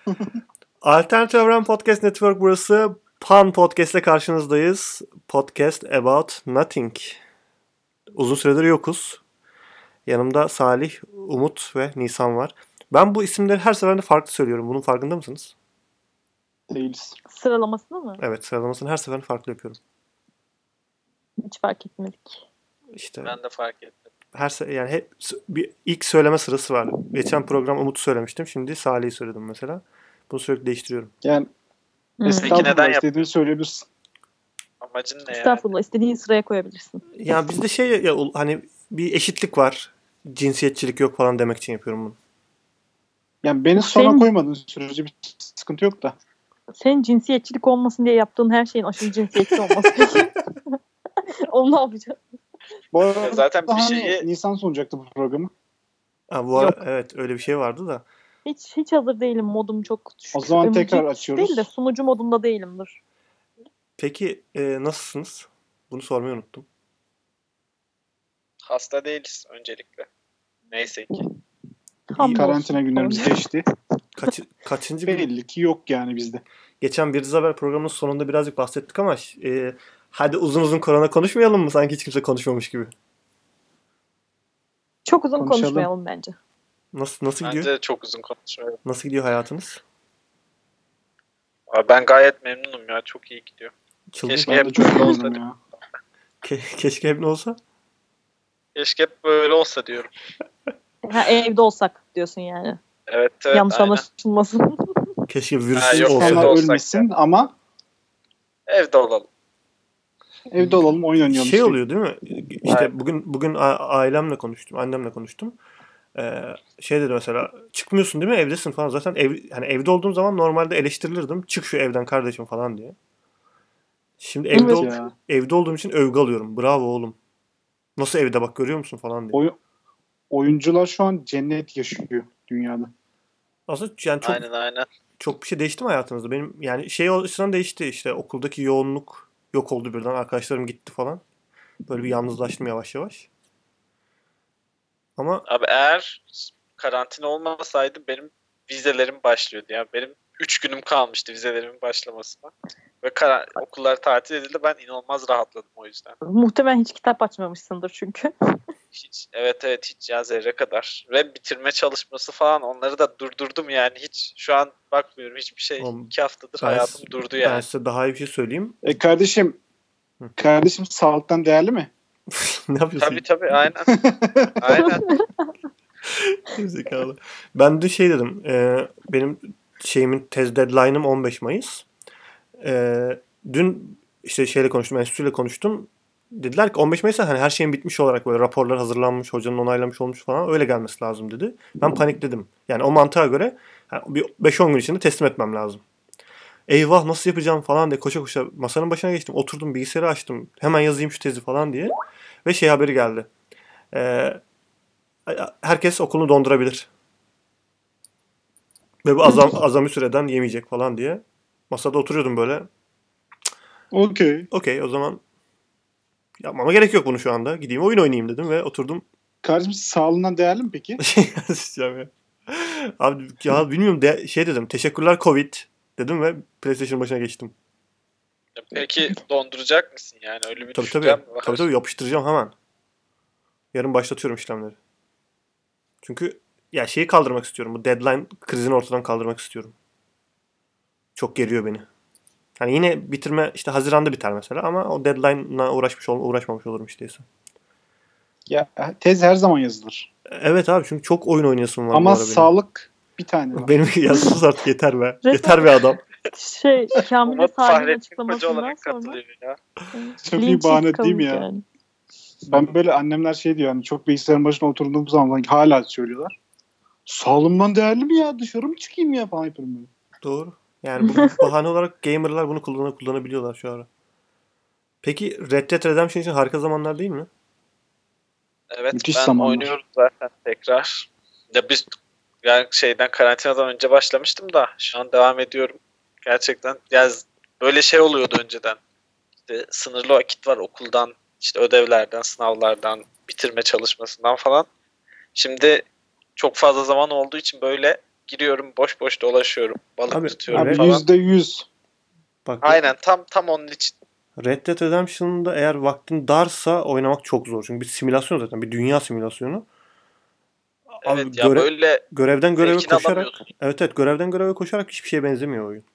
Alternatif Evren Podcast Network burası. Pan Podcast'le karşınızdayız. Podcast about nothing. Uzun süredir yokuz. Yanımda Salih, Umut ve Nisan var. Ben bu isimleri her seferinde farklı söylüyorum. Bunun farkında mısınız? Değiliz. Sıralamasını mı? Evet, sıralamasını her seferinde farklı yapıyorum. Hiç fark etmedik. İşte Ben de fark ettim. yani hep bir ilk söyleme sırası var. Geçen program Umut'u söylemiştim. Şimdi Salih'i söyledim mesela. Bunu sürekli değiştiriyorum. Yani estağfurullah, istediğini söyleyebilirsin. Amacın ne yani? Estağfurullah, istediğin sıraya koyabilirsin. Ya bizde ya, hani bir eşitlik var. Cinsiyetçilik yok falan demek için yapıyorum bunu. Yani beni sona koymadığın sürece bir sıkıntı yok da. Senin cinsiyetçilik olmasın diye yaptığın her şeyin aşırı cinsiyetçi olması. Onu ne yapacağız? Bu arada zaten bir şeyi... Nisan sunacaktı bu programı. Bu ara, evet öyle bir şey vardı da. Hiç hazır değilim. Modum çok düşük. O zaman tekrar açıyoruz. Değil de sunucu modunda değilimdir. Peki nasılsınız? Bunu sormayı unuttum. Hasta değiliz öncelikle. Neyse ki. Karantina günlerimiz geçti. Kaçıncı gün? Belli ki yok yani bizde. Geçen Bir Haber programının sonunda birazcık bahsettik ama hadi uzun uzun korona konuşmayalım mı? Sanki hiç kimse konuşmamış gibi. Çok uzun konuşmayalım bence. Nasıl gidiyor? Bence çok uzun konuşmayalım. Nasıl gidiyor hayatınız? Abi ben gayet memnunum ya. Çok iyi gidiyor. Keşke hep böyle olsa. Ya. Keşke hep ne olsa? Keşke hep böyle olsa diyorum. Evde olsak diyorsun yani. Evet. Yanlış anlaşılmasın. Keşke virüsün yok, olsa. İnsanlar ölmesin ama evde olalım. Evde olalım, oyun oynayalım. Şey oluyor değil mi? İşte evet. bugün ailemle konuştum, annemle konuştum. Şey dedi mesela, çıkmıyorsun değil mi? Evdesin falan. Zaten hani evde olduğum zaman normalde eleştirilirdim. Çık şu evden kardeşim falan diye. Şimdi evde olduğum için övgü alıyorum. Bravo oğlum. Nasıl evde bak görüyor musun falan diye. Oyuncular şu an cennet yaşıyor dünyada. Aslında yani aynen. Çok bir şey değişti mi hayatınızda? Benim yani açısından değişti. İşte okuldaki yoğunluk yok oldu birden. Arkadaşlarım gitti falan. Böyle bir yalnızlaştım yavaş yavaş. Ama abi eğer karantina olmasaydı benim vizelerim başlıyordu. Yani benim 3 günüm kalmıştı vizelerimin başlamasına. Ve okullar tatil edildi. Ben inanılmaz rahatladım o yüzden. Muhtemelen hiç kitap açmamışsındır çünkü. Evet hiç ya zerre kadar. Ve bitirme çalışması falan onları da durdurdum yani. Hiç şu an bakmıyorum hiçbir şey. 2 haftadır hayatım durdu yani. Ben size daha iyi bir şey söyleyeyim. Kardeşim sağlıktan değerli mi? Ne yapıyorsun? Tabii aynen. Aynen. Zekalı. Ben dün dedim. Benim tez deadline'ım 15 Mayıs. Dün işte konuştum, enstitüyle konuştum. Dediler ki 15 Mayıs'ta hani her şeyin bitmiş olarak böyle raporlar hazırlanmış, hocanın onaylamış olmuş falan öyle gelmesi lazım dedi. Ben panikledim. Yani o mantığa göre bir 5-10 gün içinde teslim etmem lazım. Eyvah nasıl yapacağım falan diye koşa koşa masanın başına geçtim. Oturdum bilgisayarı açtım. Hemen yazayım şu tezi falan diye. Ve haberi geldi. Herkes okulunu dondurabilir. Ve bu azami süreden yemeyecek falan diye. Masada oturuyordum böyle. Okey o zaman yapmama gerek yok bunu şu anda. Gideyim oyun oynayayım dedim ve oturdum. Kardeşim sağlığından değerli mi peki? Abi ya bilmiyorum dedim. Teşekkürler Covid dedim ve PlayStation başına geçtim. Peki donduracak mısın yani? Öyle bir düşüncem mi var? Tabii yapıştıracağım hemen. Yarın başlatıyorum işlemleri. Çünkü ya kaldırmak istiyorum. Bu deadline krizini ortadan kaldırmak istiyorum. Çok geriyor beni. Hani yine bitirme Haziran'da biter mesela ama o deadline'la uğraşmamış olurum işteyse. Ya tez her zaman yazılır. Evet abi çünkü çok oyun oynayasım var. Ama sağlık bir tane var. Benim yazsız artık yeter be. Yeter be adam. Kamil'e Salih'in açıklamasından sonra. Ya. Çok iyi bahane değil mi ya? Yani. Ben böyle annemler diyor hani çok bilgisayarın başına oturduğum zaman hala söylüyorlar. Sağlığımdan değerli mi ya? Dışarı mı çıkayım ya falan yapıyorum böyle. Doğru. Yani bu bahane olarak gamerlar bunu kullanabiliyorlar şu ara. Peki Red Dead Redemption için harika zamanlar değil mi? Evet müthiş ben zamanlar. Oynuyorum zaten tekrar. Ya biz yani karantinadan önce başlamıştım da şu an devam ediyorum. Gerçekten böyle oluyordu önceden. İşte sınırlı vakit var okuldan, ödevlerden, sınavlardan, bitirme çalışmasından falan. Şimdi çok fazla zaman olduğu için böyle giriyorum, boş boş dolaşıyorum. Balık Abi, tutuyorum Abi falan. %100. Bak, Aynen tam onun için. Red Dead Redemption'da eğer vaktin darsa oynamak çok zor. Çünkü bir simülasyon zaten. Bir dünya simülasyonu. Abi Evet ya böyle görevden göreve zevkini koşarak alamıyorsun. evet görevden göreve koşarak hiçbir şeye benzemiyor oyun.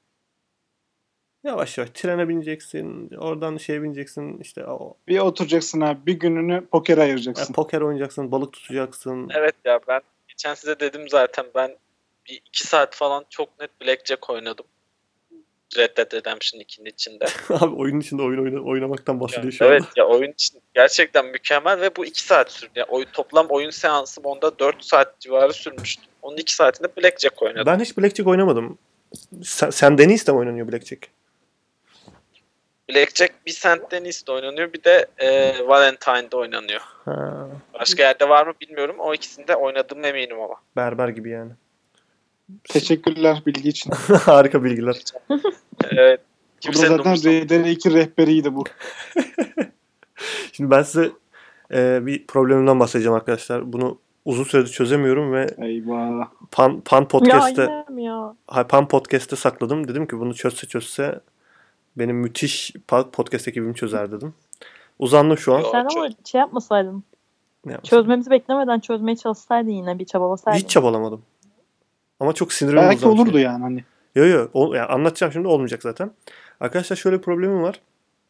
Yavaş yavaş trene bineceksin. Oradan şeye bineceksin. İşte Bir oturacaksın abi. Bir gününü pokere ayıracaksın. poker oynayacaksın. Balık tutacaksın. Evet ya ben geçen size dedim zaten ben bir 2 saat falan çok net Blackjack oynadım. Red Dead Redemption 2'nin içinde. Abi oyunun içinde oynamaktan bahsediyor şu Evet anda. ya oyun için gerçekten mükemmel ve bu 2 saat sürdü. Yani toplam oyun seansım onda 4 saat civarı sürmüştü. Onun 2 saatinde Blackjack oynadım. Ben hiç Blackjack oynamadım. Sen Deniz'de mi oynanıyor Blackjack? Blackjack bir Cent Deniz'de oynanıyor bir de Valentine'de oynanıyor. Ha, Başka yerde var mı bilmiyorum. O ikisinde oynadığım eminim ama. berber gibi yani. Teşekkürler bilgi için. Harika bilgiler. Evet. Bu da Kimsenin zaten umursamadığı. RDR2 rehberiydi bu. Şimdi ben size bir problemimden bahsedeceğim arkadaşlar. Bunu uzun süredir çözemiyorum ve Eyvah. Pan Podcast'te Ya yine mi ya? Pan Podcast'te sakladım. Dedim ki bunu çözse benim müthiş podcast ekibim çözer dedim. Uzandım şu an. Yok. Sen ama şey yapmasaydın. Ne yapmışım? Çözmemizi beklemeden çözmeye çalışsaydın yine bir çabalasaydın. Hiç çabalamadım. Ama çok sinirimi Belki bozan bir olurdu şey. yani hani. Yani anlatacağım şimdi olmayacak zaten. Arkadaşlar şöyle bir problemim var.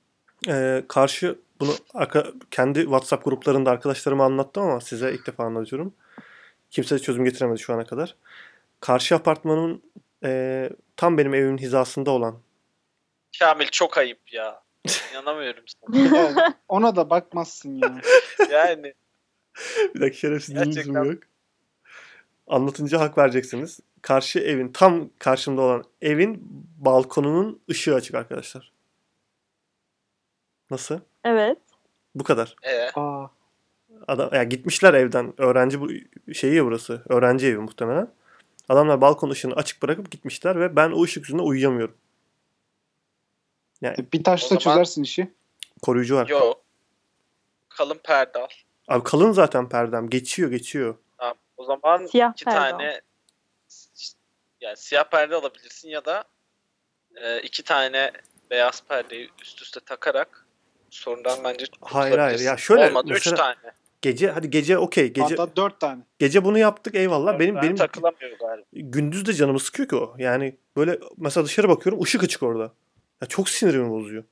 Karşı bunu kendi WhatsApp gruplarında arkadaşlarıma anlattım ama size ilk defa anlatıyorum. Kimse de çözüm getiremedi şu ana kadar. Karşı apartmanın tam benim evimin hizasında olan Kamil çok ayıp ya. İnanamıyorum sana. Yani ona da bakmazsın ya. Yani bir dakika şerefsiz Gerçekten. dilinizim yok. Anlatınca hak vereceksiniz. Karşı evin tam karşımda olan evin balkonunun ışığı açık arkadaşlar. Nasıl? Evet. Bu kadar. Aa, Ya gitmişler evden. Öğrenci bu şeyi ya burası. Öğrenci evi muhtemelen. Adamlar balkon ışığını açık bırakıp gitmişler ve ben o ışık yüzünden uyuyamıyorum. Yani bir taşla O zaman- çözersin işi. koruyucu var. yok. Kalın perde al. Abi kalın zaten perdem. Geçiyor. Tamam. O zaman Siyah 2 perde tane yani siyah perde alabilirsin ya da 2 tane beyaz perdeyi üst üste takarak sorundan bence Hayır. Ya şöyle olmadı 3 mesela tane. gece okey. Hatta 4 tane. Gece bunu yaptık eyvallah. Benim Takılamıyor galiba. gündüz de canımı sıkıyor ki o. Yani böyle mesela dışarı bakıyorum ışık açık orada. Ya çok sinirimi bozuyor.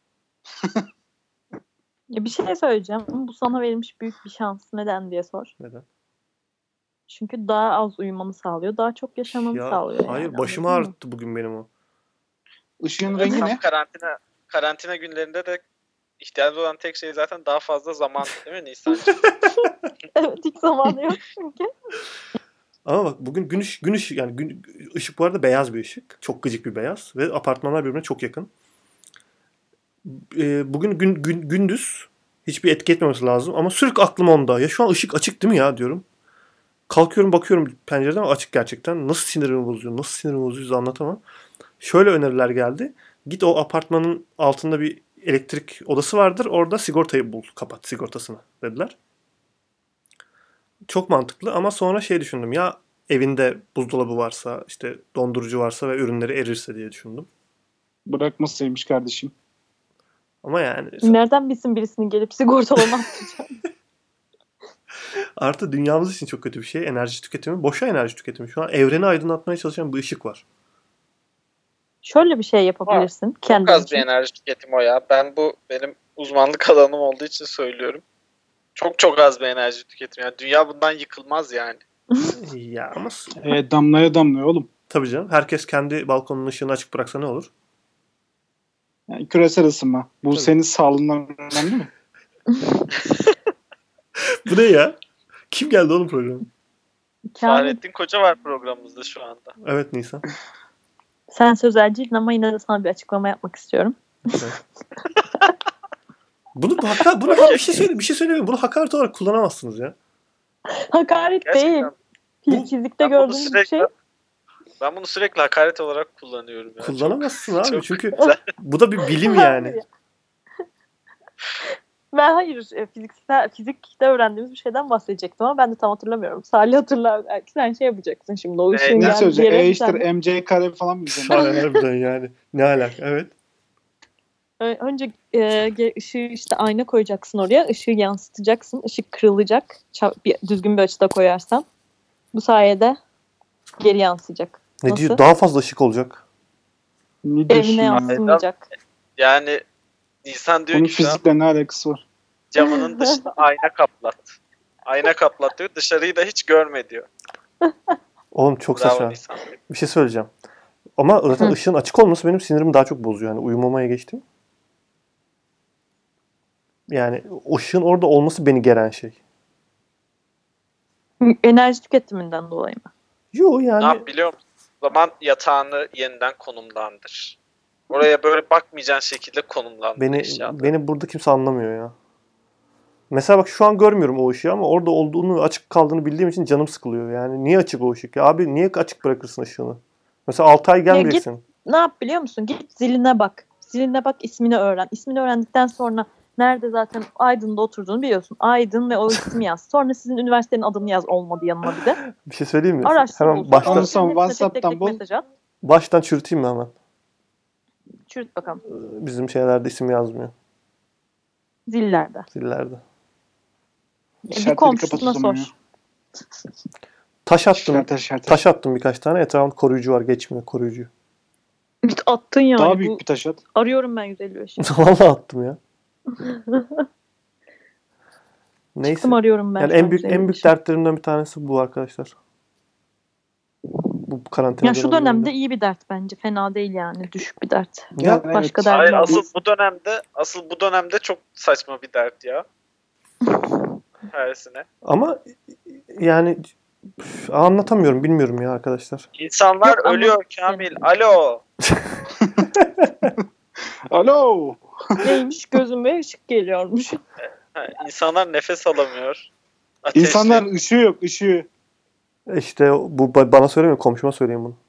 Ya bir şey söyleyeceğim. Bu sana verilmiş büyük bir şans. Neden diye sor. Neden? Çünkü daha az uyumanı sağlıyor. Daha çok yaşamanı Ya sağlıyor. hayır yani, başımı anladın mı? ağrıttı bugün benim o. Işığın rengi Tam ne? karantina günlerinde de ihtiyacı olan tek şey zaten daha fazla zaman değil mi Nisan'cığım? Evet, hiç zamanı yok çünkü. Ama bak bugün gün ışığı yani ışık bu arada beyaz bir ışık. Çok gıcık bir beyaz ve apartmanlar birbirine çok yakın. Bugün gündüz hiçbir etki etmemesi lazım ama sürekli aklım onda. Ya şu an ışık açık değil mi ya diyorum. Kalkıyorum bakıyorum pencereden ama açık gerçekten. Nasıl sinirimi bozuyor anlatamam. Şöyle öneriler geldi. Git o apartmanın altında bir elektrik odası vardır. Orada sigortayı bul. Kapat sigortasını dediler. Çok mantıklı ama sonra şey düşündüm. Ya evinde buzdolabı varsa, işte dondurucu varsa ve ürünleri erirse diye düşündüm. Bırakmasaymış kardeşim. Ama yani Nereden bilsin birisinin gelip sigortalamak atacağını? artı dünyamız için çok kötü bir şey. Enerji tüketimi. Boşa enerji tüketimi. Şu an evreni aydınlatmaya çalışan bir ışık var. Şöyle bir şey yapabilirsin. Çok Kendin az bir için. enerji tüketimi o ya. Bu benim uzmanlık alanım olduğu için söylüyorum. Çok az bir enerji tüketimi. Yani dünya bundan yıkılmaz yani. Ya ama Damlaya damlıyor oğlum. tabii canım. Herkes kendi balkonunun ışığını açık bıraksa ne olur? Yani küresel ısınma. Bu Tabii. senin sağlığından önemli mi? Bu ne ya? Kim geldi oğlum programa? Kamil, Fahrettin Koca var programımızda şu anda. Evet Nisan. sen sözelciydin ama yine de sana bir açıklama yapmak istiyorum. Evet. Bunu bir şey söyleyeyim. Bunu hakaret olarak kullanamazsınız ya. Hakaret değil. Gerçekten Fizikte Ben bunu gördüğümüz bir şey. ben bunu sürekli hakaret olarak kullanıyorum. Yani. Kullanamazsın abi. çok Çünkü güzel. bu da bir bilim yani. Ben hayır fizikte öğrendiğimiz bir şeyden bahsedecektim ama ben de tam hatırlamıyorum. Salih hatırlar. Belki sen şey yapacaksın şimdi. O ışığın Ne geldiği söyleyecek? yere bir Eşittir tane. MC kare falan mı diyeceğim? Harbiden yani. Ne alaka? Evet. Önce ışığı işte ayna koyacaksın oraya. Işığı yansıtacaksın. Işık kırılacak. Düzgün bir açıda koyarsan. Bu sayede geri yansıyacak. Ne Nasıl? diyor? Daha fazla ışık olacak. Ne diyorsun Evine ya? yansımayacak. Yani Nisan diyor Bunun ki şu an fizikle ne alakası var? camının dışına ayna kaplat. Ayna kaplat diyor. Dışarıyı da hiç görme diyor. Oğlum çok Bravo saçma. Nisan. Bir şey söyleyeceğim. Ama zaten ışığın açık olması benim sinirimi daha çok bozuyor. Yani uyumamaya geçtim. Yani ışığın orada olması beni geren şey. Enerji tüketiminden dolayı mı? Yo Ne yani yap biliyor musun? O zaman yatağını yeniden konumlandır. Oraya böyle bakmayacağın şekilde konumlandır eşyaları. beni burada kimse anlamıyor ya. Mesela bak şu an görmüyorum o ışığı ama orada olduğunu, açık kaldığını bildiğim için canım sıkılıyor. Yani niye açık o ışık ya? Abi niye açık bırakırsın ışığını? Mesela 6 ay gelmeyeceksin. Ne yap biliyor musun? Git ziline bak. Ziline bak, ismini öğren. İsmini öğrendikten sonra nerede zaten Aydın'da oturduğunu biliyorsun. Aydın ve o ismi yaz. Sonra sizin üniversitenin adını yaz olmadı yanına bir de. Bir şey söyleyeyim mi? Araştır Hemen bulsun. baştan, Onun Sonra hepsine WhatsApp'tan tek bul. mesaj at. baştan çürüteyim mi hemen? Çürüt bakalım. Bizim şeylerde isim yazmıyor. Zillerde. Zillerde. Bir Şarteli komşusuna kapat o zaman sor. ya. Taş attım. Şartel. Taş attım birkaç tane. Etrafında koruyucu var. Geçmiyor koruyucu. Attın yani. Daha büyük bir taş at. Arıyorum ben 155'i. Vallahi attım ya. Neyse. Çıktım arıyorum ben. Yani şu an en büyük 155'i. dertlerimden bir tanesi bu arkadaşlar. Bu karantina Ya şu dönemde dönemlerinde. iyi bir dert bence. Fena değil yani. Düşük bir dert. Ya, Yani Başka evet. dertler Hayır, var. asıl bu dönemde çok saçma bir dert ya. Tersine. ama yani anlatamıyorum. Bilmiyorum ya arkadaşlar. İnsanlar Yok ama- ölüyor Kamil. Alo. Alo. Neymiş gözüme ışık geliyormuş. İnsanlar nefes alamıyor. Ateşli. İnsanlar ışığı yok, ışığı. İşte bu bana söylemiyor. Komşuma söyleyeyim bunu.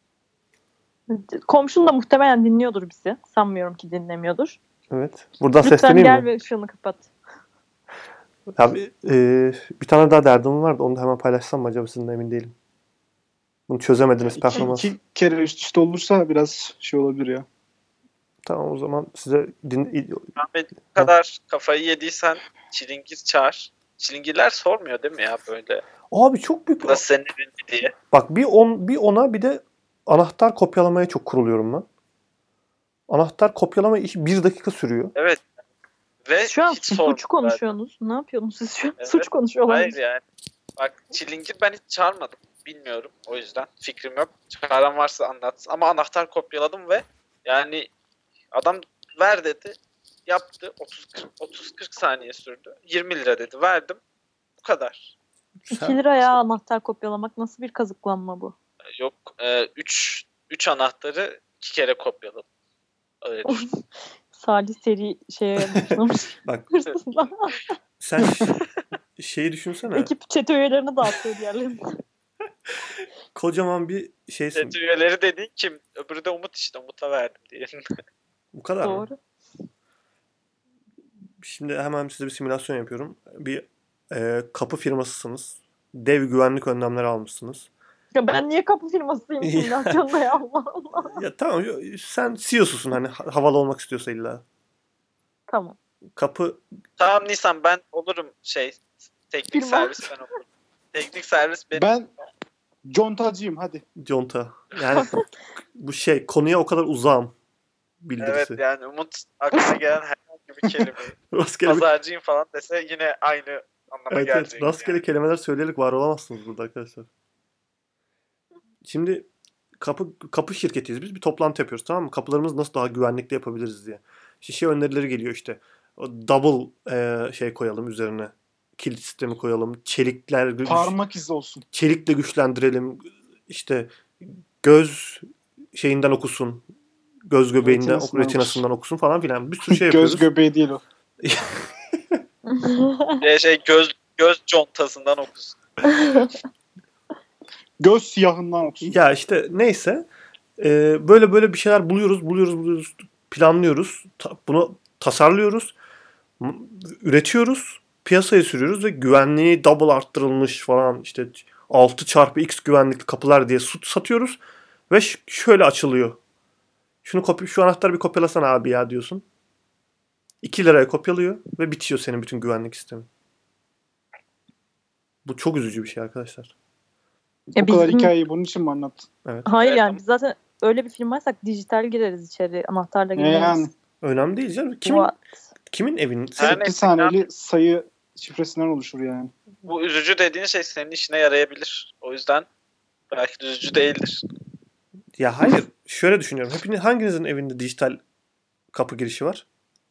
Komşun da muhtemelen dinliyordur bizi. Sanmıyorum ki dinlemiyordur. Evet. Buradan Lütfen sesleneyim gel mi? ve ışığını kapat. Abi, bir tane daha derdim vardı. Onu da hemen paylaşsam mı acaba sizinle emin değilim. Bunu çözemediniz performans. İki kere üst üste olursa biraz şey olabilir ya. Tamam o zaman size Kamil, bu kadar kafayı yediysen çilingir çağır. Çilingirler sormuyor değil mi ya böyle? abi çok büyük. Burası senin evin mi diye. Bak bir ona bir de anahtar kopyalamaya çok kuruluyorum ben. Anahtar kopyalama işi 1 dakika sürüyor. Evet. Ve Şu an hiç suç sormuyorlar. konuşuyorsunuz. Ne yapıyorsunuz siz şu an? Evet. Suç konuşuyorlar. Hayır yani. Bak çilingir ben hiç çağırmadım. Bilmiyorum. O yüzden fikrim yok. Çağıran varsa anlatsın. Ama anahtar kopyaladım ve yani adam ver dedi. Yaptı. 30-40 saniye sürdü. 20 lira dedi. Verdim. Bu kadar. 2 liraya anahtar kopyalamak nasıl bir kazıklanma bu? Yok. 3 anahtarı 2 kere kopyaladım. Öyle düşün. Salih seri şeye başlamış. Bak Hırsızla. sen şeyi düşünsene. Ekip çete üyelerini dağıtıyor diğerlerine. Kocaman bir şeysin. Set üyeleri dediğin kim? Öbürü de Umut işte. Umut'a verdim diye. Bu kadar mı? Doğru. Şimdi hemen size bir simülasyon yapıyorum. Bir kapı firmasısınız. Dev güvenlik önlemleri almışsınız. Ya ben niye kapı firmasıyım simülasyonda ya Allah Allah. Ya tamam sen CEO'susun hani havalı olmak istiyorsa illa. Tamam. Kapı Tamam Nisan ben olurum teknik Firma. servis ben olurum. Teknik servis benim. Ben contacıyım hadi. conta. Yani bu konuya o kadar uzağım bildirisi. Evet yani Umut aklına gelen herhangi bir kelime. Rastgele, Pazarcıyım falan dese yine aynı anlama evet, gelecek. rastgele yani. kelimeler söyleyerek var olamazsınız burada arkadaşlar. Şimdi kapı şirketiyiz biz. Bir toplantı yapıyoruz tamam mı? Kapılarımızı nasıl daha güvenlikli yapabiliriz diye. İşte önerileri geliyor işte. O double koyalım üzerine. Kilit sistemi koyalım. Parmak izi olsun. Çelikle güçlendirelim. İşte göz şeyinden okusun. Göz göbeğinden, retinasından okusun falan filan. Bir sürü şey yapıyoruz. Göz göbeği değil o. Göz contasından okusun. Göz siyahından okusun. Ya işte neyse. Böyle bir şeyler buluyoruz. Planlıyoruz. Bunu tasarlıyoruz. Üretiyoruz, piyasaya sürüyoruz ve güvenliği double arttırılmış falan işte 6x güvenlikli kapılar diye satıyoruz ve şöyle açılıyor. Şu anahtarı bir kopyalasana abi ya diyorsun. 2 liraya kopyalıyor ve bitiyor senin bütün güvenlik sistemin. Bu çok üzücü bir şey arkadaşlar. Bu kadar hikayeyi bunun için mi anlattın? Evet. Hayır yani biz zaten öyle bir firmaysak dijital gireriz içeri. Anahtarla girmeyiz. Yani. Önemli değil canım. Kimin evinin? 2 saniyeli sayı şifresinden oluşur yani. Bu üzücü dediğin şey senin işine yarayabilir. O yüzden belki de üzücü değildir. Ya hayır. Şöyle düşünüyorum. Hanginizin evinde dijital kapı girişi var?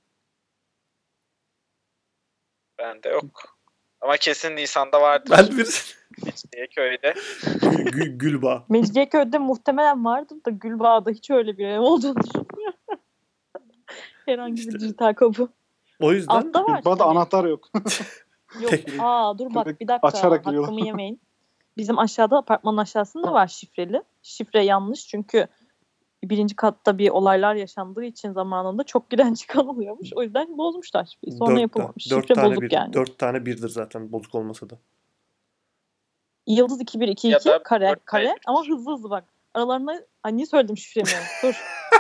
Bende yok. Ama kesin Nisan'da vardır. Ben bir Mecidiyeköy'de. Gülbağ. Mecidiyeköy'de muhtemelen vardır da Gülbağ'da hiç öyle bir ev olduğunu düşünmüyorum. Herhangi bir dijital kapı. O yüzden altta var. Gülbağ'da anahtar yok. Yok. Dur bak bir dakika. Açarak Hakkımı yemeyin. Bizim aşağıda apartmanın aşağısında var şifreli. Şifre yanlış çünkü 1. katta bir olaylar yaşandığı için zamanında çok giren çıkan oluyormuş. O yüzden bozmuşlar şifreyi. Sonra yapılmamış. Şifre bozuk yani. 4 tane birdir zaten bozuk olmasa da. Yıldız 2122 kare ama hızlı bak. Aralarında niye söyledim şifremi? Dur.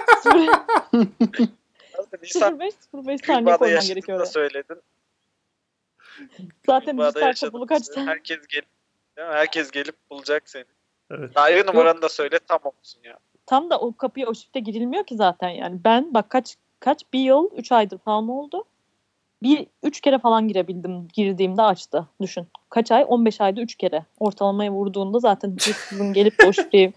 05 saniye koyman gerekiyor. Söyledin. Zaten dijital kapılı kaçtı. Herkes gelip bulacak seni. Evet. Daire numaranı da söyle tam olsun ya. Tam da o kapıya o şifre girilmiyor ki zaten yani. Ben bak kaç bir yıl 3 aydır falan oldu. 3 kere falan girdiğimde açtı. Düşün. Kaç ay? 15 ayda 3 kere. Ortalamaya vurduğunda zaten hırsızın gelip de o şifreyi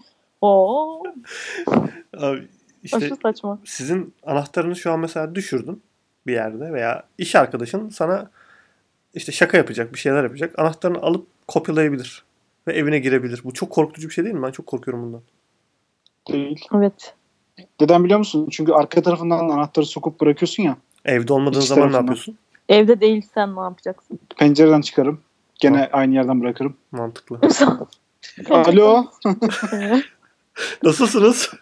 Abi işte aşırı saçma. Sizin anahtarını şu an mesela düşürdün bir yerde veya iş arkadaşın sana işte şaka yapacak, bir şeyler yapacak. Anahtarını alıp kopyalayabilir ve evine girebilir. Bu çok korkutucu bir şey değil mi? Ben çok korkuyorum bundan. Değil. Evet. Neden biliyor musun? Çünkü arka tarafından anahtarı sokup bırakıyorsun ya. Evde olmadığın zaman ne yapıyorsun? Evde değilsen ne yapacaksın? Pencereden çıkarım. Gene aynı yerden bırakırım. Mantıklı. Alo. Nasılsınız?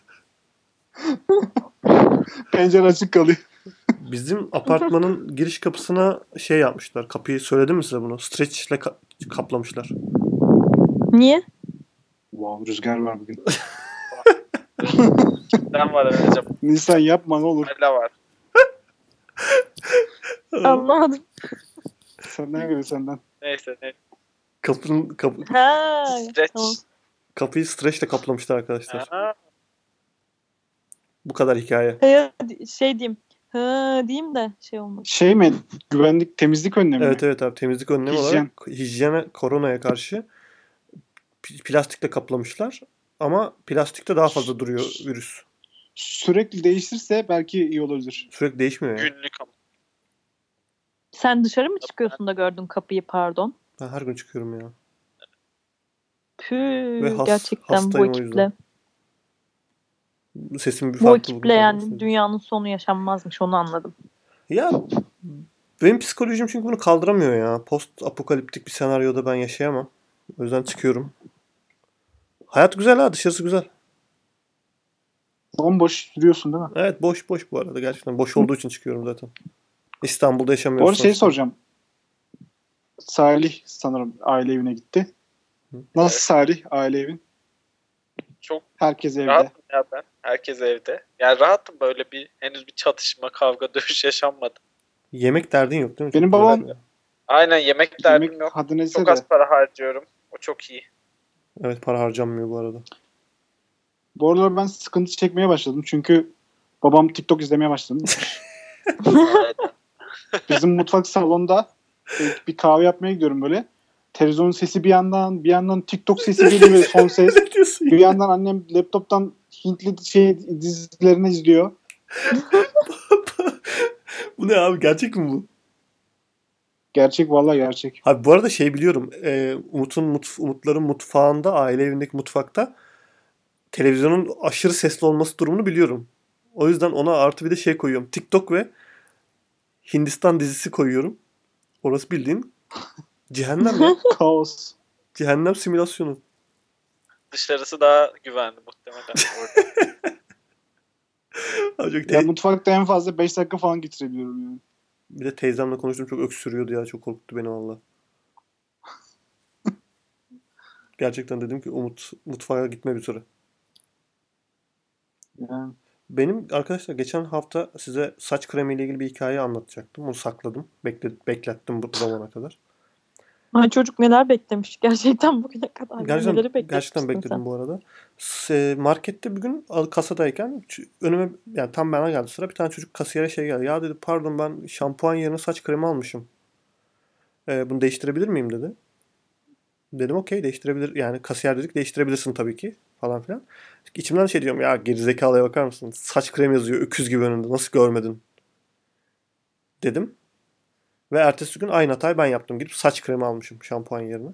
Pencere açık kalıyor. Bizim apartmanın giriş kapısına şey yapmışlar. Kapıyı söyledim mi size bunu? Stretchle kaplamışlar. Niye? Wow, rüzgar var bugün. Kimden var acaba? Nisan yapma ne olur. Hala var. Anlamadım. Senden göre senden. Neyse. Stretch. Tamam. Kapıyı stretchle kaplamışlar arkadaşlar. Ha. Bu kadar hikaye. Diyeyim de şey olmaz. Şey mi? Güvenlik, temizlik önlemi mi? Evet abi. Temizlik önlemi olarak hijyene, koronaya karşı plastikle kaplamışlar. Ama plastikte daha fazla duruyor virüs. Sürekli değişirse belki iyi olabilir. Sürekli değişmiyor ya. Günlük ama. Sen dışarı mı çıkıyorsun da gördün kapıyı pardon? Ben her gün çıkıyorum ya. Gerçekten bu ekiple. Sesim bir bu farklı. Bu ekiple yani dünyanın sonu yaşanmazmış onu anladım. Ya benim psikolojim çünkü bunu kaldıramıyor ya. Post apokaliptik bir senaryoda ben yaşayamam. O yüzden çıkıyorum. Hayat güzel ha, dışarısı güzel. Bomboş duruyorsun değil mi? Evet boş bu arada gerçekten. Boş olduğu için çıkıyorum zaten. İstanbul'da yaşamıyorsun. Bu arada şey soracağım. Salih sanırım aile evine gitti. Nasıl Salih aile evin? Çok herkes evde. Rahatım ya ben. Herkes evde. Yani rahatım böyle henüz bir çatışma, kavga, dövüş yaşanmadı. Yemek derdin yok değil mi? Benim babam aynen yemek derdim yok. Çok az para harcıyorum. O çok iyi. Evet para harcanmıyor bu arada. Bu aralar ben sıkıntı çekmeye başladım. Çünkü babam TikTok izlemeye başladı. Bizim mutfak salonda bir kahve yapmaya gidiyorum böyle. Televizyonun sesi bir yandan TikTok sesi geliyor ve son ses. Bir yandan annem laptoptan Hintli dizilerini izliyor. Bu ne abi? Gerçek mi bu? Gerçek vallahi gerçek. Abi bu arada biliyorum. Umutların mutfağında, aile evindeki mutfakta televizyonun aşırı sesli olması durumunu biliyorum. O yüzden ona artı bir de koyuyorum. TikTok ve Hindistan dizisi koyuyorum. Orası bildiğin cehennem ya. Kaos. Cehennem simülasyonu. Dışarısı daha güvenli muhtemelen orada. Ya mutfakta en fazla 5 dakika falan getirebiliyorum yani. Bir de teyzemle konuştum, çok öksürüyordu ya, çok korkuttu beni valla. Gerçekten dedim ki Umut mutfağa gitme bir süre. Yani, Benim arkadaşlar geçen hafta size saç kremiyle ilgili bir hikaye anlatacaktım. Onu sakladım. Beklettim bu zamana kadar. Ay çocuk neler beklemiş gerçekten bugüne kadar. Gerçekten, Neleri gerçekten bekletmişsin bekledim sen. bu arada. Markette bir gün kasadayken önüme, yani tam bana geldi sıra, bir tane çocuk kasiyere şey geldi. Ya dedi, pardon ben şampuan yerine saç kremi almışım. Bunu değiştirebilir miyim dedi. Dedim okey, değiştirebilir. Yani kasiyer dedik, değiştirebilirsin tabii ki falan filan. İçimden şey diyorum, ya gerizekalıya bakar mısın? Saç kremi yazıyor öküz gibi önünde. Nasıl görmedin? Dedim. Ve ertesi gün aynı hatayı ben yaptım. Gidip saç kremi almışım şampuan yerine.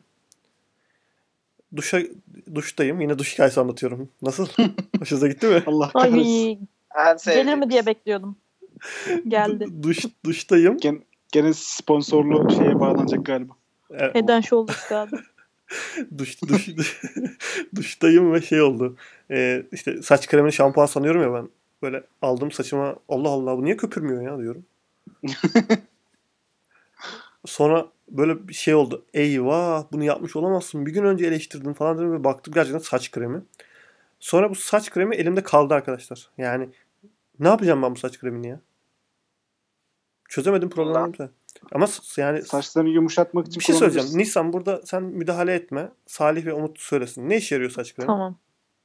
Duştayım. Yine duş hikayesi anlatıyorum. Nasıl? Hoşunuza gitti mi? Allah kahretsin. Ay En gelir mi diye sevdiğimiz. bekliyordum. Geldi. Duştayım. Gene sponsorlu şeye bağlanacak galiba. Head and Shoulders galiba. Duş, duş, duştayım ve şey oldu. İşte saç kremini şampuan sanıyorum ya ben. Böyle aldım saçıma. Allah Allah, bu niye köpürmüyor ya diyorum. Sonra böyle bir şey oldu. Eyvah, bunu yapmış olamazsın. Bir gün önce eleştirdin falan dedim ve baktım gerçekten saç kremi. Sonra bu saç kremi elimde kaldı arkadaşlar. Yani ne yapacağım ben bu saç kremini ya? Çözemedim problemi. Ama yani Saçlarını yumuşatmak için bir şey söyleyeceğim. kullanabilirsin. Nisan, burada sen müdahale etme. Salih ve Umut söylesin. Ne işe yarıyor saç kremi? Tamam.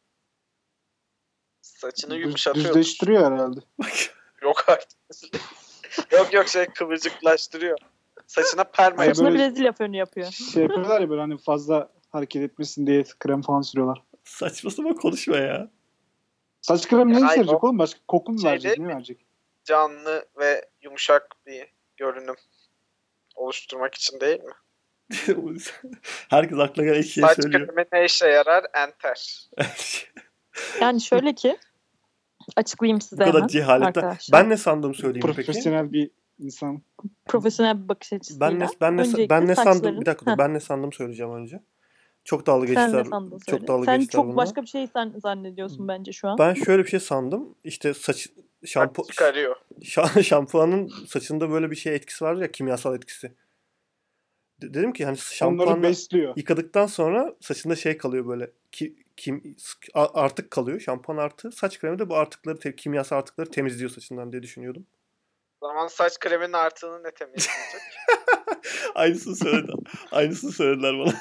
Saçını yumuşatıyor. Düzleştiriyor herhalde. Yok artık. yok şey kıvırcıklaştırıyor. Saçına perma Ay, yapıyor. Saçına böyle- Brezilya fönü yapıyor. Şey yapıyorlar ya böyle hani fazla hareket etmesin diye krem falan sürüyorlar. Saçma sapan konuşma ya. Saç kremi ne işe Ay, yarayacak oğlum? Başka koku mu Şey verecek? değil Ne mi? verecek? Canlı ve yumuşak bir görünüm oluşturmak için değil mi? Herkes aklına gelen şeyi Saç söylüyor. kremi ne işe yarar? Enter. Yani şöyle ki açıklayayım Bu size kadar hemen cehaletten. arkadaşlar. Ben ne sandım söyleyeyim peki? Profesyonel bir insan. Profesyonel bir bakış açısıyla. Öncelikle Ben ne sandım? saçların- Bir dakika dur. Heh, Ben ne sandım söyleyeceğim önce. Çok dalga sen geçtiler. ne sandın Çok söyle. dalga Sen geçtiler çok bununla. başka bir şey zannediyorsun bence şu an. Ben şöyle bir şey sandım. İşte Saç çıkarıyor. şampuanın saçında böyle bir şey etkisi var ya, kimyasal etkisi. Dedim ki hani Onları şampuanla besliyor. yıkadıktan sonra saçında şey kalıyor böyle, artık kalıyor. Şampuan artığı. Saç kremi de bu artıkları, kimyasal artıkları temizliyor saçından diye düşünüyordum. O zaman saç kreminin artığını ne temizleyecek? Aynısını söyledi. Aynısını söylediler bana.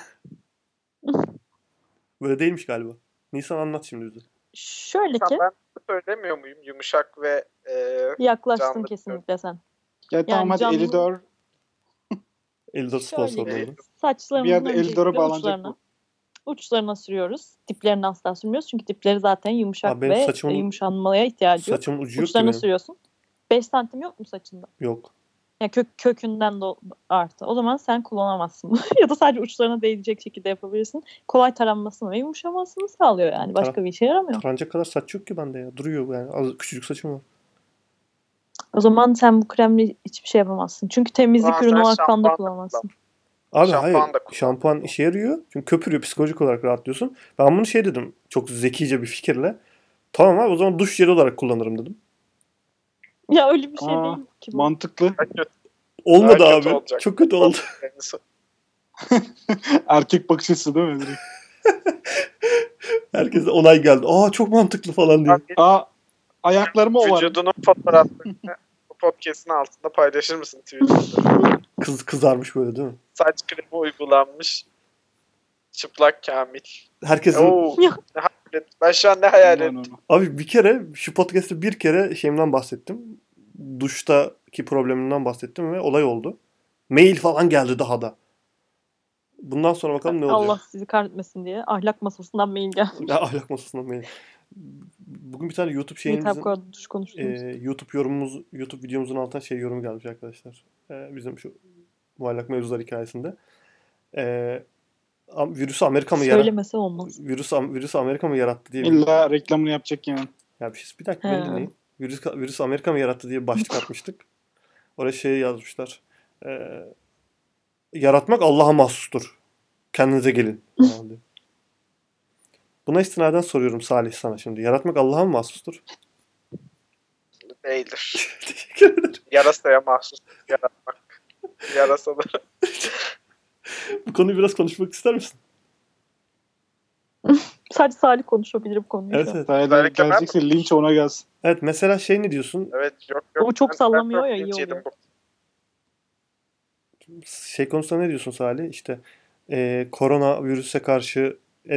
Böyle değilmiş galiba. Nisan, anlat şimdi bize. Şöyle ki Ben söylemiyor muyum? Yumuşak ve yaklaştın canlı kesinlikle sen. Ya tamam hadi canlı- Elidor. Eldor sponsorluğu. Şöyle Bir saçlarımızın yerde öncelikle Elidor'a bağlanacak bu. uçlarına sürüyoruz. Diplerini asla sürmüyoruz. Çünkü dipleri zaten yumuşak Abi benim ve saçımın- yumuşanmaya ihtiyacı yok. Saçımın ucu yok ki Uçlarına benim. sürüyorsun. 5 santim yok mu saçında? Yok. Yani kökünden de artı. O zaman sen kullanamazsın. Ya da sadece uçlarına değecek şekilde yapabilirsin. Kolay taranmasını ve yumuşamasını sağlıyor yani. Başka bir işe yaramıyor. Taranacak kadar saç yok ki bende ya. Duruyor yani. Az, küçücük saçım var. O zaman sen bu kremle hiçbir şey yapamazsın. Çünkü temizlik Ulan ürünü sen olarak falan da şampuan da kullanamazsın. Abi Şampuan hayır. da kullan. Şampuan işe yarıyor. Çünkü köpürüyor. Psikolojik olarak rahatlıyorsun. Ben bunu şey dedim. Çok zekice bir fikirle. Tamam abi, o zaman duş jeli olarak kullanırım dedim. Ya öyle bir şey Aa, değil ki bu. Mantıklı. Olmadı Daha kötü abi. olacak. Çok kötü oldu. Erkek bakış açısı değil mi? Direkt? Herkese onay geldi. Aa, çok mantıklı falan diye. Aa, ayaklarımı ovarım. Vücudunun fotoğraflarını bu podcast'in altında paylaşır mısın Twitter'da? Kızarmış böyle değil mi? Saç kremi uygulanmış. Çıplak Kamil. Herkesin... Oo, ne hayal ettim. Ben şu an ne hayal ettim. Abi bir kere şu podcast'te bir kere şeyimden bahsettim. Duştaki problemimden bahsettim ve olay oldu. Mail falan geldi daha da. Bundan sonra bakalım ne olacak. Allah sizi kahretmesin diye ahlak masasından mail geldi. Ya, ahlak masasından mail. Bugün bir tane YouTube Mehtap şeyimizin Koduş konuştuğumuz. YouTube videomuzun altına şey yorum gelmiş arkadaşlar. Bizim şu muallak mevzular hikayesinde. Virüsü Amerika mı yarattı? Söylemese olmaz. Virüsü Amerika mı yarattı diye. İlla reklamını yapacak yani. Ya bir dakika beni He. dinleyin. Virüs Amerika mı yarattı diye bir başlık atmıştık. Oraya şey yazmışlar. Yaratmak Allah'a mahsustur. Kendinize gelin. falan diye. Buna istinaden soruyorum Salih sana şimdi. Yaratmak Allah'a mı mahsustur? Değildir. Teşekkür ederim. Yarasaya mahsus yaratmak. Yarasaları. Bu konuyu biraz konuşmak ister misin? Sadece Salih konuşabilir bu konuyu Evet şu an. evet. Sayede Özellikle ben- gelecekse linç ona gelsin. Evet mesela şey ne diyorsun? Evet yok. O çok sallamıyor Ben ya, çok iyi linç yedim oluyor. Şey konusunda ne diyorsun Salih? İşte koronavirüse karşı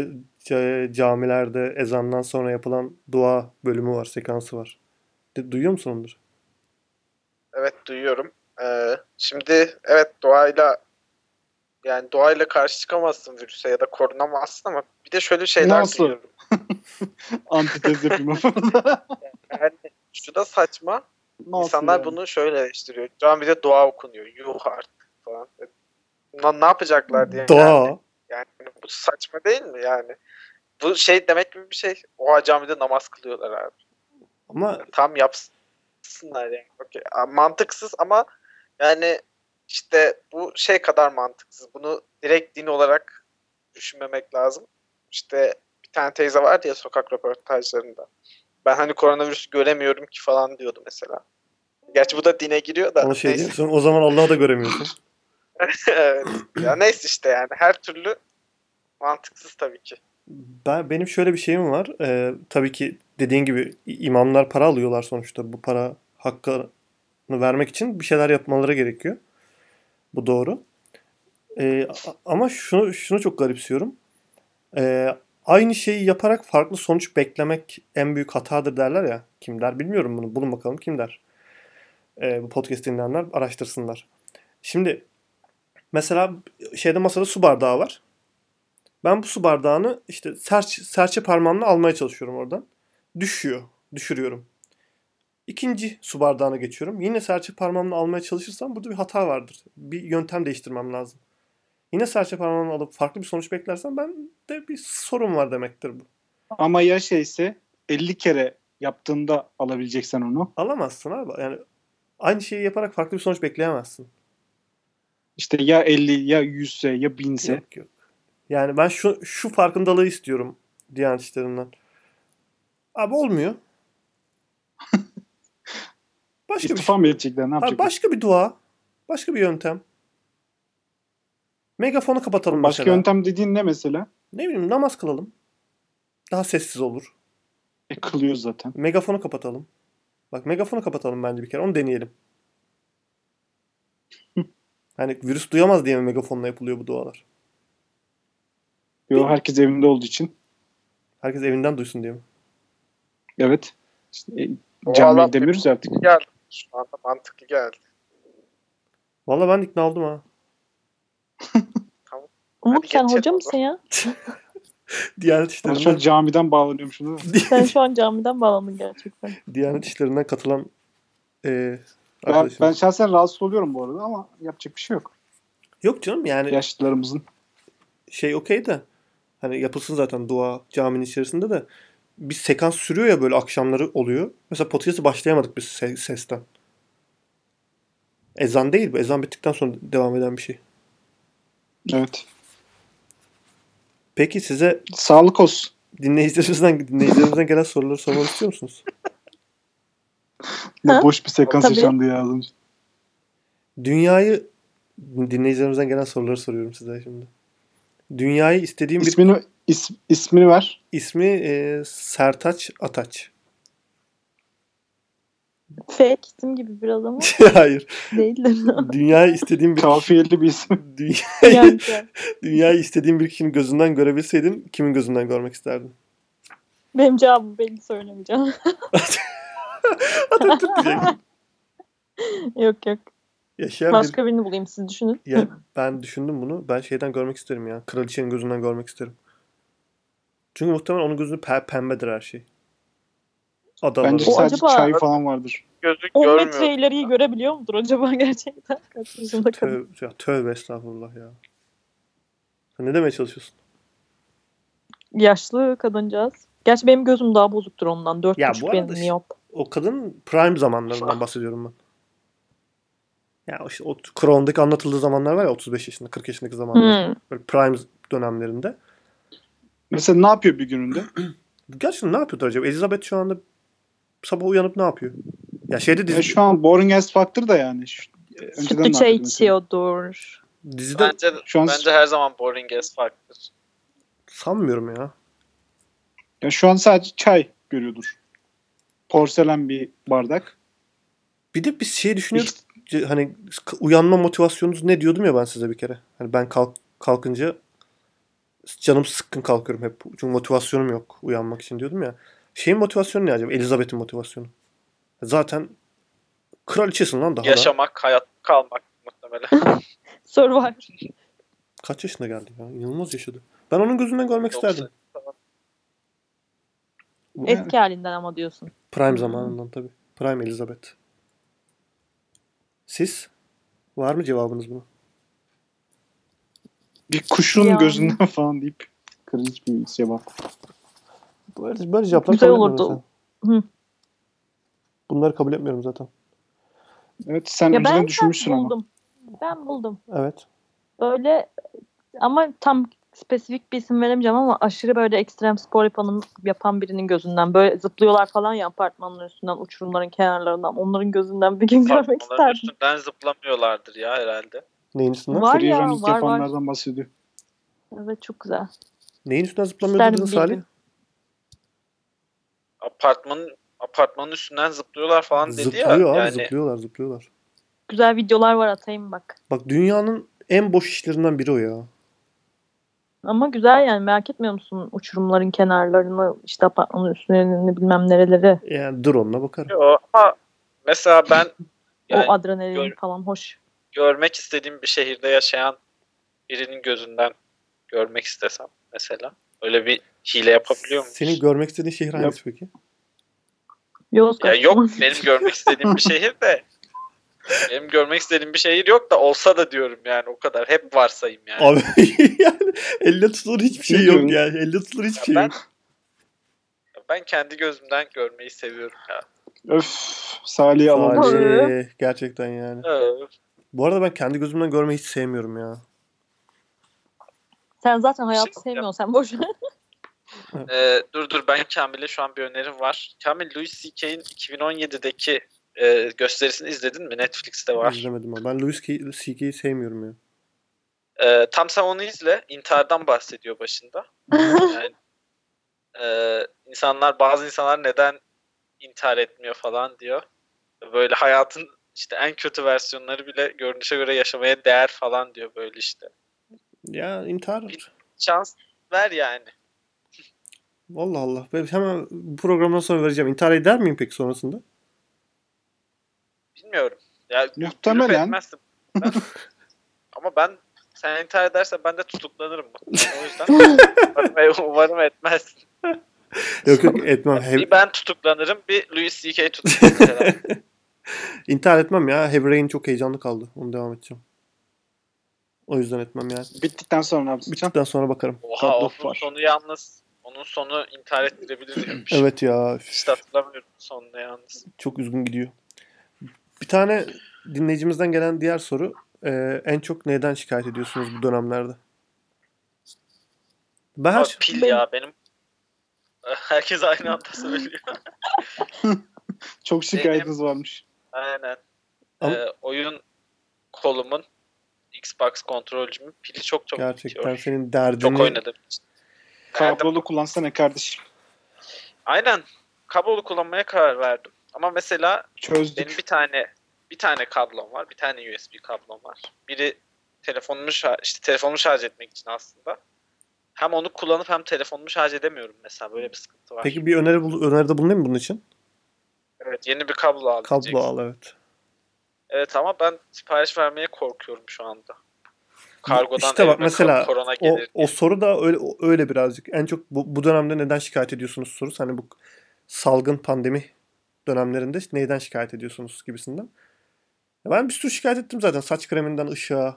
camilerde ezandan sonra yapılan dua bölümü var, sekansı var. Duyuyor musun onları? Evet duyuyorum. Şimdi evet doğayla karşı çıkamazsın virüse ya da korunamazsın ama bir de şöyle şeyler Nasıl? duyuyorum. Antitez yapayım ama. Yani şu da saçma. Nasıl İnsanlar yani? bunu şöyle eleştiriyor. Camide dua okunuyor. Yuh artık falan. Bunlar ne yapacaklar diye. Dua. Yani bu saçma değil mi yani? Bu şey demek gibi bir şey. Oha camide namaz kılıyorlar abi. Ama Tam yapsınlar yani. Okey. Mantıksız ama yani işte bu şey kadar mantıksız. Bunu direkt din olarak düşünmemek lazım. İşte bir tane teyze vardı ya sokak röportajlarında. Ben hani koronavirüsü göremiyorum ki falan diyordu mesela. Gerçi bu da dine giriyor da. onu şey Neyse. diyorsun. O zaman Allah'ı da göremiyorsun. Evet. Ya neyse işte yani her türlü mantıksız tabii ki. Benim şöyle bir şeyim var. Tabii ki dediğin gibi imamlar para alıyorlar sonuçta. Bu para hakkını vermek için bir şeyler yapmaları gerekiyor. Bu doğru. Ama şunu çok garipsiyorum. Aynı şeyi yaparak farklı sonuç beklemek en büyük hatadır derler ya. Kim der bilmiyorum bunu. Bulun bakalım kim der. Bu podcast dinleyenler araştırsınlar. Şimdi mesela masada su bardağı var. Ben bu su bardağını işte serçe parmağımla almaya çalışıyorum oradan. Düşüyor. Düşürüyorum. İkinci su bardağına geçiyorum. Yine serçe parmağımla almaya çalışırsam burada bir hata vardır. Bir yöntem değiştirmem lazım. Yine serçe parmağımla alıp farklı bir sonuç beklersem ben de bir sorun var demektir bu. Ama ya şeyse 50 kere yaptığında alabileceksen onu. Alamazsın abi. Yani aynı şeyi yaparak farklı bir sonuç bekleyemezsin. İşte ya 50 ya 100'se ya 1000'se. Yok yok. Yani ben şu farkındalığı istiyorum Diyanet İşleri'nden. Abi olmuyor. Başka bir İstifa şey. mı edecekler? Ne Abi yapacaklar? başka bir dua. Başka bir yöntem. Megafonu kapatalım Başka mesela. yöntem dediğin ne mesela? Ne bileyim namaz kılalım. Daha sessiz olur. Kılıyor zaten. Megafonu kapatalım. Bak megafonu kapatalım bence bir kere. Onu deneyelim. Hani virüs duyamaz diye mi megafonla yapılıyor bu dualar? Yo, herkes evinde olduğu için. Herkes evinden duysun diye mi? Evet. İşte, O camiye Allah demiyoruz ya artık. geldi. Şu anda mantıklı geldi. Vallahi ben ikna oldum ha. Umut Hadi sen geçelim hoca o mısın ya? Diyanet Ben şu an İşleri'nden, camiden bağlanıyormuşum değil mi? Sen şu an camiden bağlandın gerçekten. Diyanet İşleri'nden katılan Ben arkadaşımız. şahsen rahatsız oluyorum bu arada ama yapacak bir şey yok. Yok canım yani Yaşlılarımızın. şey okey de hani yapılsın zaten dua caminin içerisinde de bir sekans sürüyor ya böyle akşamları oluyor. Mesela podcast'ı başlayamadık biz sesten. Ezan değil bu. Ezan bittikten sonra devam eden bir şey. Evet. Peki size Sağlık olsun. dinleyicilerimizden gelen soruları sormak istiyor musunuz? Ne Ha? boş bir sekans Tabii. yaşandı ya az önce. Dinleyicilerimizden gelen soruları soruyorum size şimdi. Dünyayı istediğim bir İsmini ver. ismi Sertaç Ataç. Fake isim gibi biraz ama Hayır. değildir. Dünyayı istediğim bir Kafiyeli bir isim. dünyayı, dünyayı istediğim bir kişinin gözünden görebilseydin kimin gözünden görmek isterdin? Benim cevabım belli, söylemeyeceğim. Atatürk diyecektim. Yok yok. Yaşayan Başka birini bulayım, siz düşünün. Ya ben düşündüm bunu. Ben şeyden görmek isterim ya. Kraliçenin gözünden görmek isterim. Çünkü muhtemelen onun gözünde pembedir her şey. Adaları. Bence O sadece acaba- çay falan vardır. Gözü 10 görmüyor. metre ileriyi görebiliyor mudur acaba gerçekten? Kaç yaşında kadın? Tövbe estağfurullah ya. Sen ne demeye çalışıyorsun? Yaşlı kadıncağız. Gerçi benim gözüm daha bozuktur ondan. Ya 4,5 bu benim arada miyop. o kadın prime zamanlarından bahsediyorum ben. Ya işte o Crown'daki anlatıldığı zamanlar var ya 35 yaşında 40 yaşındaki zamanlar. Böyle prime dönemlerinde. Mesela ne yapıyor bir gününde? Gerçekten ne yapıyordur acaba? Elizabeth şu anda sabah uyanıp ne yapıyor? Ya şeyde dizi, Şu an boring as fuck'tır da yani. Önceden Sütlü de çay hakikaten içiyordur. dizide Şu an Bence her zaman boring as fuck'tır. sanmıyorum ya. ya şu an sadece çay görüyordur. Porselen bir bardak. Bir de biz şey düşünüyorduk. Hani uyanma motivasyonunuz ne diyordum ya ben size bir kere. Hani ben kalkınca canım sıkkın kalkıyorum hep. Çünkü motivasyonum yok uyanmak için diyordum ya. Şeyin motivasyonu ne acaba? Elizabeth'in motivasyonu. Zaten kraliçesin lan daha da. Yaşamak, hayat kalmak muhtemelen. Soru var. Kaç yaşına geldi ya? İnanılmaz yaşadı. Ben onun gözünden görmek isterdim. Bu Eski halinden ama diyorsun. Prime zamanından tabii. Prime Elizabeth. Siz? Var mı cevabınız buna? Bir kuşun Yani. gözünden falan deyip cringe bir cevap. Böyle cevaplar Güzel kabul olurdu. etmiyorum Hı. Bunları kabul etmiyorum zaten. Evet sen Ya önceden ben düşünmüşsün ama. buldum. Ben buldum. Evet. Böyle ama tam spesifik bir isim veremeyeceğim ama aşırı böyle ekstrem spor yapan birinin gözünden böyle zıplıyorlar falan ya apartmanların üstünden, uçurumların kenarlarından. Onların gözünden bir gün görmek Onların isterdim. üstünden zıplamıyorlardır ya herhalde. Neyin üstünden? Var Free ya, running var. yapanlardan bahsediyor. Evet, çok güzel. Neyin üstünden zıplamıyordu dedin İsterdim bir Salih? gün. Apartmanın üstünden zıplıyorlar falan dedi ya. Zıplıyor abi, Yani zıplıyorlar. Güzel videolar var, atayım bak. Bak dünyanın en boş işlerinden biri o ya. Ama güzel yani, merak etmiyor musun uçurumların kenarlarını, işte apartmanın üstlerini, bilmem nereleri. Yani drone'la bakarım. ama mesela ben yani O adrenalin falan hoş. görmek istediğim bir şehirde yaşayan birinin gözünden görmek istesem mesela. Öyle bir hile yapabiliyor muyuz? Senin görmek istediğin şehir hangisi peki? Yozgat. Ya yok benim görmek istediğim bir şehir de. Benim görmek istediğim bir şehir yok da olsa da diyorum yani o kadar. Hep varsayım yani. Abi yani elle tutulur hiçbir şey Ne yok diyorsun? ya. Elle tutulur hiçbir şey ben yok. ben kendi gözümden görmeyi seviyorum ya. Öf Salih'i alalım. Salih. Gerçekten yani. Evet. Bu arada ben kendi gözümden görmeyi hiç sevmiyorum ya. Sen zaten hayatı Şey- sevmiyorsun, sen boş ver. Dur ben Kamil'e şu an bir önerim var. Kamil, Louis C.K.'in 2017'deki gösterisini izledin mi? Netflix'te var. İzlemedim ama. Ben Louis C.K.'yi sevmiyorum ya. Tam sen onu izle. İntihardan bahsediyor başında. Yani bazı insanlar neden intihar etmiyor falan diyor. Böyle hayatın işte en kötü versiyonları bile görünüşe göre yaşamaya değer falan diyor böyle işte. Ya intihar. Şans ver yani. Allah Allah. Ben hemen bu programdan sonra vereceğim. İntihar eder miyim peki sonrasında? Bilmiyorum. Ya Muhtemelen. gülüp etmezsin. Ama sen intihar edersen ben de tutuklanırım. O yüzden umarım etmezsin. Yok etmem. Bir ben tutuklanırım, bir Louis C.K. tutuklanır. İntihar etmem ya. Heavy Rain çok heyecanlı kaldı. Onu devam edeceğim. O yüzden etmem yani. Bittikten sonra ne yapacaksın? Bittikten sonra bakarım. Oha, God of onun War. sonu yalnız. Onun sonu intihar ettirebilir demiş. Evet ya. Hiç de hatırlamıyorum sonunu yalnız. Çok üzgün gidiyor. Bir tane dinleyicimizden gelen diğer soru. En çok neyden şikayet ediyorsunuz bu dönemlerde? Ben Abi, pil ya benim. Herkes aynı anda söylüyor. Çok şikayetiniz varmış. Aynen. Ama- Oyun kolumun, Xbox kontrolcümün pili çok gerçekten bitiyor. senin Çok derdini oynadım. Kablolu kullansana kardeşim. Aynen. Kablolu kullanmaya karar verdim. Ama mesela Çözdük. benim bir tane kablom var. Bir tane USB kablom var. Biri telefonumu şarj etmek için aslında. Hem onu kullanıp hem telefonumu şarj edemiyorum mesela. Böyle bir sıkıntı var. Peki bir öneride bulunayım mı bunun için? Evet, yeni bir kablo al Kablo diyeceksin. al, evet. Evet ama ben sipariş vermeye korkuyorum şu anda. Kargodan İşte bak evime mesela korona gelir. o soru da öyle birazcık. En çok bu dönemde neden şikayet ediyorsunuz sorusu. Hani bu salgın pandemi dönemlerinde neyden şikayet ediyorsunuz gibisinden. Ya ben bir sürü şikayet ettim zaten. Saç kreminden ışığa.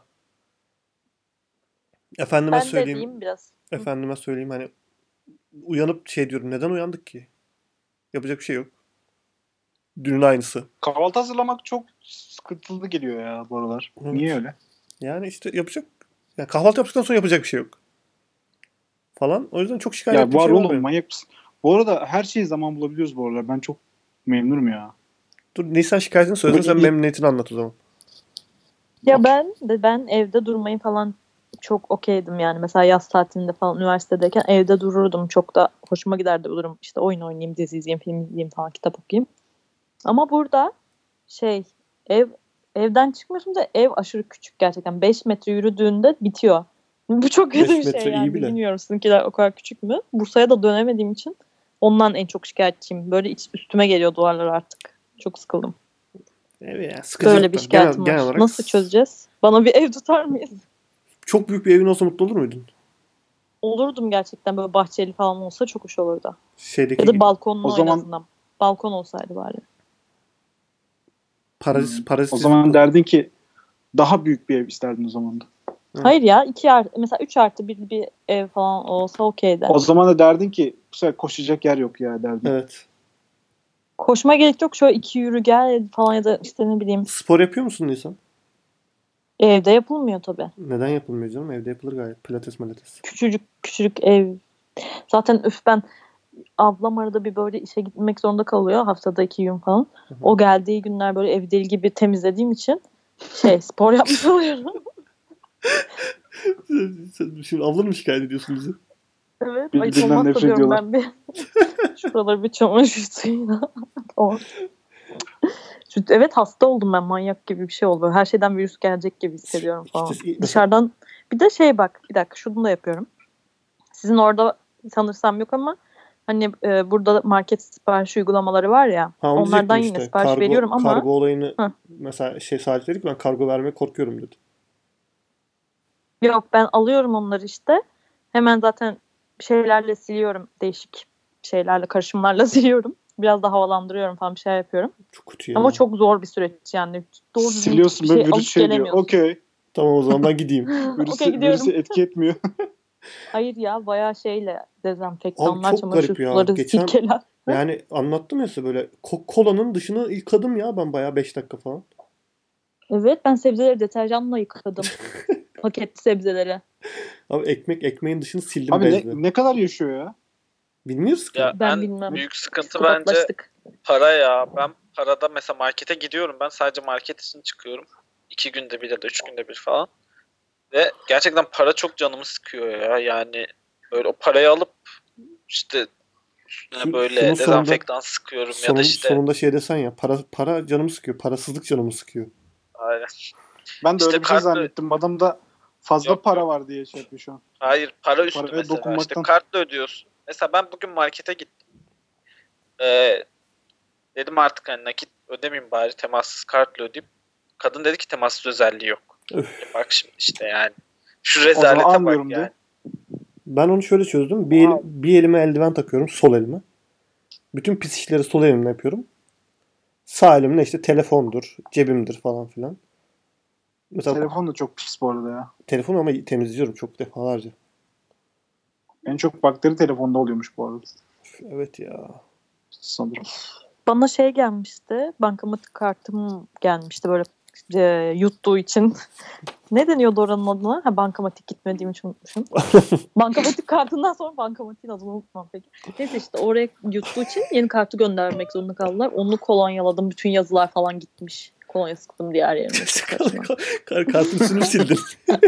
Efendime Ben de söyleyeyim. diyeyim biraz. Efendime söyleyeyim hani uyanıp şey diyorum. Neden uyandık ki? Yapacak bir şey yok. Dünün aynısı. Kahvaltı hazırlamak çok sıkıntılı geliyor ya bu aralar. Evet. Niye öyle? Yani işte yani kahvaltı yaptıktan sonra yapacak bir şey yok. Falan. O yüzden çok şikayet Ya ettiğim var şey var oğlum, benim. manyak mısın? Bu arada her şeyi zaman bulabiliyoruz bu aralar. Ben çok memnunum ya. Dur Nisan şikayetini söylesen sen memnuniyetini anlat o zaman. Ya ben evde durmayı falan çok okeydim yani. Mesela yaz tatilinde falan üniversitedeyken evde dururdum. Çok da hoşuma giderdi bu durum. İşte oyun oynayayım, dizi izleyeyim, film izleyeyim falan, kitap okuyayım. Ama burada ev evden çıkmıyorsun da ev aşırı küçük gerçekten. 5 metre yürüdüğünde bitiyor. Bu çok kötü 5 bir metre şey iyi yani. bile. Bilmiyorum sizinkiler o kadar küçük mü? Bursa'ya da dönemediğim için ondan en çok şikayetçiyim. Böyle üstüme geliyor duvarlar artık. Çok sıkıldım. Evet ya, sıkıcı. Böyle bir şikayetim genel var. olarak Nasıl çözeceğiz? Bana bir ev tutar mıyız? çok büyük bir evin olsa mutlu olur muydun? Olurdum gerçekten, böyle bahçeli falan olsa çok hoş olurdu. Şeydeki Ya da balkonlu O zaman- en azından. Balkon olsaydı bari. parazit O zaman derdin ki daha büyük bir ev isterdin o zaman da. Hı. Hayır ya, mesela 3 artı bir ev falan olsa okeydi. O zaman da derdin ki bu sefer koşacak yer yok ya derdin. Evet. Koşma gerek yok, şöyle 2 yürü gel falan, ya da işte ne bileyim. Spor yapıyor musun Nisan? Evde yapılmıyor tabii. Neden yapılmıyor canım? Evde yapılır gayet. Pilates. Küçücük ev. Zaten ben ablam arada bir böyle işe gitmek zorunda kalıyor. Haftada 2 gün falan. Hı hı. O geldiği günler böyle ev deli gibi temizlediğim için spor yapmış oluyorum. Sen şimdi ablanı mı şikayet ediyorsun bizi? Evet. Birbirinden Ayıp olmazsa nefret diyorum ediyorlar. ben bir şuraları bir çamaşır suyuyla. Tamam. Evet, hasta oldum ben, manyak gibi bir şey oldu. Her şeyden virüs gelecek gibi hissediyorum falan. İşte mesela- Dışarıdan bir de bak bir dakika, şunu da yapıyorum. Sizin orada sanırsam yok ama hani burada market sipariş uygulamaları var ya. Ha, onu Onlardan diyecektim yine işte. sipariş veriyorum ama Kargo olayını Hı. mesela Salih dedi ki ben kargo vermeye korkuyorum dedi. yok, ben alıyorum onları işte. Hemen zaten şeylerle siliyorum. Değişik şeylerle, karışımlarla siliyorum. Biraz da havalandırıyorum falan, bir şey yapıyorum. Çok kötü ya. Ama çok zor bir süreç yani. Doğru düzgün Siliyorsun bir böyle şey virüs alıp şey diyor. gelemiyorsun. Okey. Tamam o zaman ben gideyim. Okey, gidiyorum. Virüsü etki etmiyor. Hayır ya, bayağı Abi dezenfektanlar, çok çamaşır garip ya. suları, Geçen sirkeler. yani anlattım ya size böyle kolanın dışını yıkadım ya ben bayağı 5 dakika falan. Evet, ben sebzeleri deterjanla yıkadım. Paketli sebzeleri. Abi ekmeğin dışını sildim Abi bezle. ne kadar yaşıyor ya? Bilmiyoruz ki. Ya Ben en bilmem. büyük sıkıntı bence Psikopatlaştık. para ya. Ben parada mesela markete gidiyorum. Ben sadece market için çıkıyorum. 2 günde bir ya da 3 günde bir falan. Ve gerçekten para çok canımı sıkıyor ya. Yani böyle o parayı alıp işte üstüne Şunun böyle dezenfektan sıkıyorum ya da işte sonunda şey desen ya para canımı sıkıyor. Parasızlık canımı sıkıyor. aynen. Ben de İşte öyle bir şey kartla zannettim. Adamda fazla Yok, para yok. var diye şey yapıyor şu an. Hayır, para üstü Paraya mesela. İşte dokunmaktan. kartla ödüyorsun. Mesela ben bugün markete gittim. Ee, dedim artık hani nakit ödemeyeyim bari, temassız kartla ödeyeyim. Kadın dedi ki temassız özelliği yok. Bak şimdi işte yani. Şu O zaman rezalete bak almıyorum yani. de. Ben onu şöyle çözdüm. Wow. Bir elime eldiven takıyorum. Sol elime. Bütün pis işleri sol elimle yapıyorum. Sağ elimle işte telefondur, cebimdir falan filan. Mesela Telefon da çok pis bu arada ya. telefonu ama temizliyorum çok defalarca. En çok bakteri telefonda oluyormuş bu arada. Evet ya. Sanırım. Bana gelmişti. Bankamatik kartım gelmişti böyle yuttuğu için. Ne deniyordu oranın adına? Bankamatik gitmediğim için unutmuşum. Bankamatik kartından sonra bankamatiğin adını unutmam peki. Neyse işte oraya yuttuğu için yeni kartı göndermek zorunda kaldılar. Onu kolonyaladım. Bütün yazılar falan gitmiş. Kolonya sıktım diğer yerine. Çok saçma. Kartın üstünü sildin.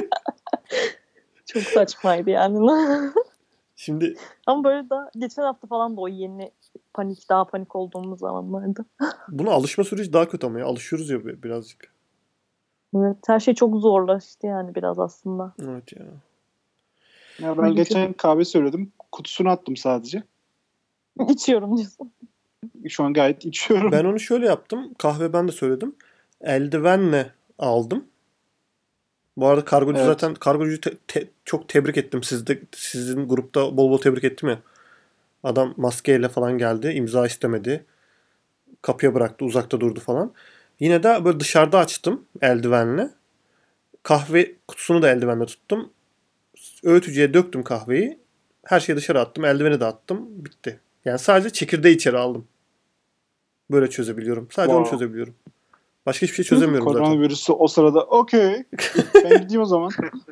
Çok saçmaydı yani. Şimdi Ama böyle geçen hafta falan da o yeni daha panik olduğumuz zamanlardı. buna alışma süreci daha kötü ama ya. Alışıyoruz ya birazcık. Evet, her şey çok zorlaştı yani biraz aslında. Evet ya. Ya ben geçen kahve söyledim. Kutusunu attım sadece. İçiyorum diyorsun. Şu an gayet içiyorum. Ben onu şöyle yaptım. Kahve ben de söyledim. Eldivenle aldım. Bu arada kargocu Evet. zaten çok tebrik ettim. Sizin grupta bol bol tebrik ettim ya. Adam maskeyle falan geldi. İmza istemedi. Kapıya bıraktı. Uzakta durdu falan. Yine de böyle dışarıda açtım eldivenle. Kahve kutusunu da eldivenle tuttum. Öğütücüye döktüm kahveyi. Her şeyi dışarı attım. Eldiveni de attım. Bitti. Yani sadece çekirdeği içeri aldım. Böyle çözebiliyorum. Sadece onu Wow. çözebiliyorum. Başka hiçbir şey çözemiyorum zaten. Koronavirüsü o sırada okey. Ben gideyim o zaman.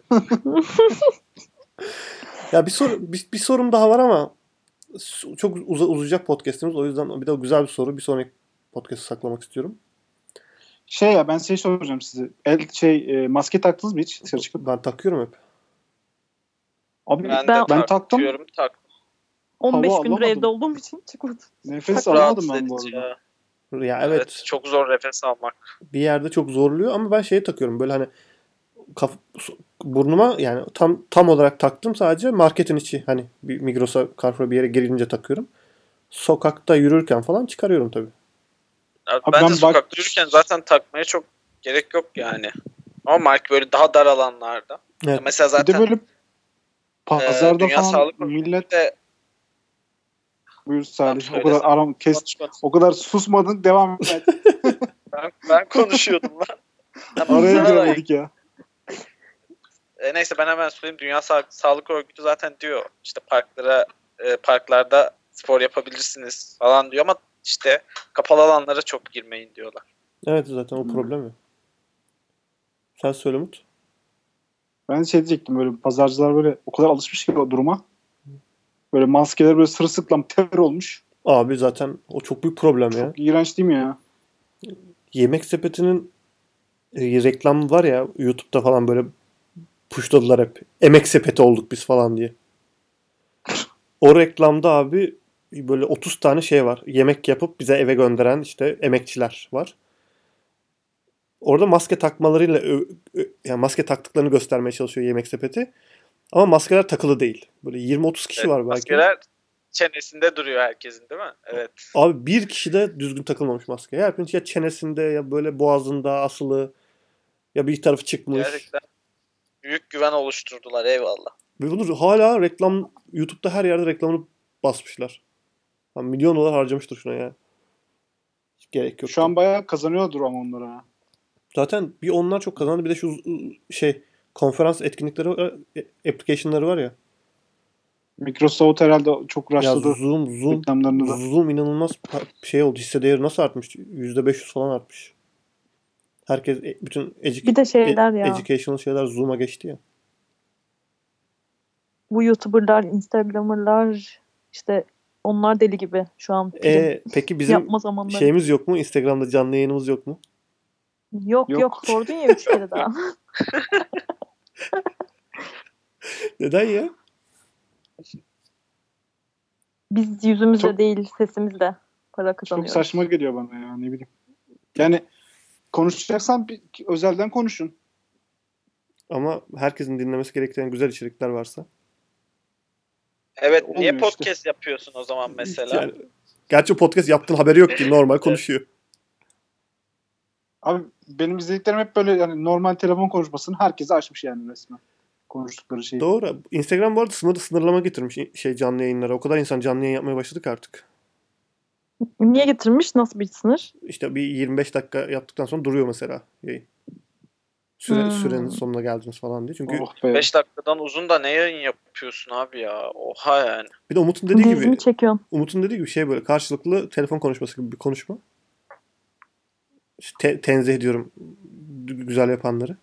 Ya bir sorum daha var ama çok uzayacak podcast'imiz. O yüzden bir de güzel bir soru. Bir sonraki podcast'ı saklamak istiyorum. Ben soracağım size. Maske taktınız mı hiç dışarı çıkıp? Ben takıyorum hep. Abi Ben ben de taktım. taktım. 15 Hava gündür alamadım. evde olduğum için çıkmadım. Nefes Rahatsız alamadım ben bu edici arada. ya. Ya Evet. evet. Çok zor nefes almak. Bir yerde çok zorluyor ama ben şeyi takıyorum. Böyle hani burnuma yani tam olarak taktım, sadece marketin içi. Hani bir Migros'a, Carrefour'a bir yere girince takıyorum. Sokakta yürürken falan çıkarıyorum tabii. Abi Abi bence ben sokakta yürürken zaten takmaya çok gerek yok yani. Ama böyle daha dar alanlarda. Evet. Mesela Bir de zaten böyle pazarda Dünya falan Sağlık millet de buyur Salih. Tamam, O kadar söylesene. Konuşma. o kadar susmadın, devam et. Ben konuşuyordum lan. Tamam, Araya sana da- giremedik ya. Neyse ben hemen söyleyeyim. Dünya Sağlık Örgütü zaten diyor işte parklarda spor yapabilirsiniz falan diyor ama işte kapalı alanlara çok girmeyin diyorlar. Evet, zaten o problem ya. Sen söyle Umut. Ben diyecektim, böyle pazarcılar böyle o kadar alışmış ki o duruma. Böyle maskeler böyle sırılsıklam ter olmuş. Abi zaten o çok büyük problem ya. Çok iğrenç değil mi ya? Yemek Sepeti'nin reklamı var ya, YouTube'da falan böyle pushladılar hep. Emek sepeti olduk biz falan diye. O reklamda abi böyle 30 tane şey var. Yemek yapıp bize eve gönderen işte emekçiler var. Orada maske takmalarıyla yani maske taktıklarını göstermeye çalışıyor Yemek Sepeti. Ama maskeler takılı değil. Böyle 20-30 kişi Evet, var belki. maskeler çenesinde duruyor herkesin değil mi? Evet. Abi bir kişi de düzgün takılmamış maske. Herkes ya çenesinde ya böyle boğazında asılı ya bir tarafı çıkmış. Gerçekten büyük güven oluşturdular, eyvallah. Ve bunu hala YouTube'da her yerde reklamını basmışlar. Yani milyon dolar harcamıştır şuna ya. Hiç gerek yok. Şu an bayağı kazanıyordur ama onlara. Ha. Zaten bir onlar çok kazandı. Bir de şu konferans etkinlikleri application'ları var ya. Microsoft herhalde çok Ya rushladı Zoom reklamlarını da. Zoom inanılmaz şey oldu. Hisse değeri nasıl artmış? %500 falan artmış. Herkes bütün Bir de şeyler ya. educational şeyler Zoom'a geçti ya. Bu YouTuber'lar, Instagram'lar işte onlar deli gibi şu an prim Peki bizim yapma zamanları. şeyimiz yok mu? Instagram'da canlı yayınımız yok mu? Yok sordun ya 3 kere daha. Neden ya? Biz yüzümüzle Çok- değil sesimizle para Çok kazanıyoruz. saçma geliyor bana ya, ne bileyim. Yani konuşacaksan özelden konuşun. Ama herkesin dinlemesi gereken güzel içerikler varsa. Evet, Olmuyor niye işte. podcast yapıyorsun o zaman mesela? Yani, gerçi podcast yaptığın haberi yok ki, normal konuşuyor. Abi benim izlediklerim hep böyle, yani normal telefon konuşmasını herkese açmış yani resmen. Konuştukları şeyi. Doğru. Instagram bu arada sınırlama getirmiş canlı yayınlara. O kadar insan canlı yayın yapmaya başladık artık. Niye getirmiş? Nasıl bir sınır? İşte bir 25 dakika yaptıktan sonra duruyor mesela yayın. Sürenin sonuna geldiniz falan diye. Çünkü Oh be. 5 dakikadan uzun da ne yayın yapıyorsun abi ya? Oha yani. bir de Umut'un dediği Dizini gibi çekiyorsun. böyle karşılıklı telefon konuşması gibi bir konuşma. İşte tenzih ediyorum güzel yapanları.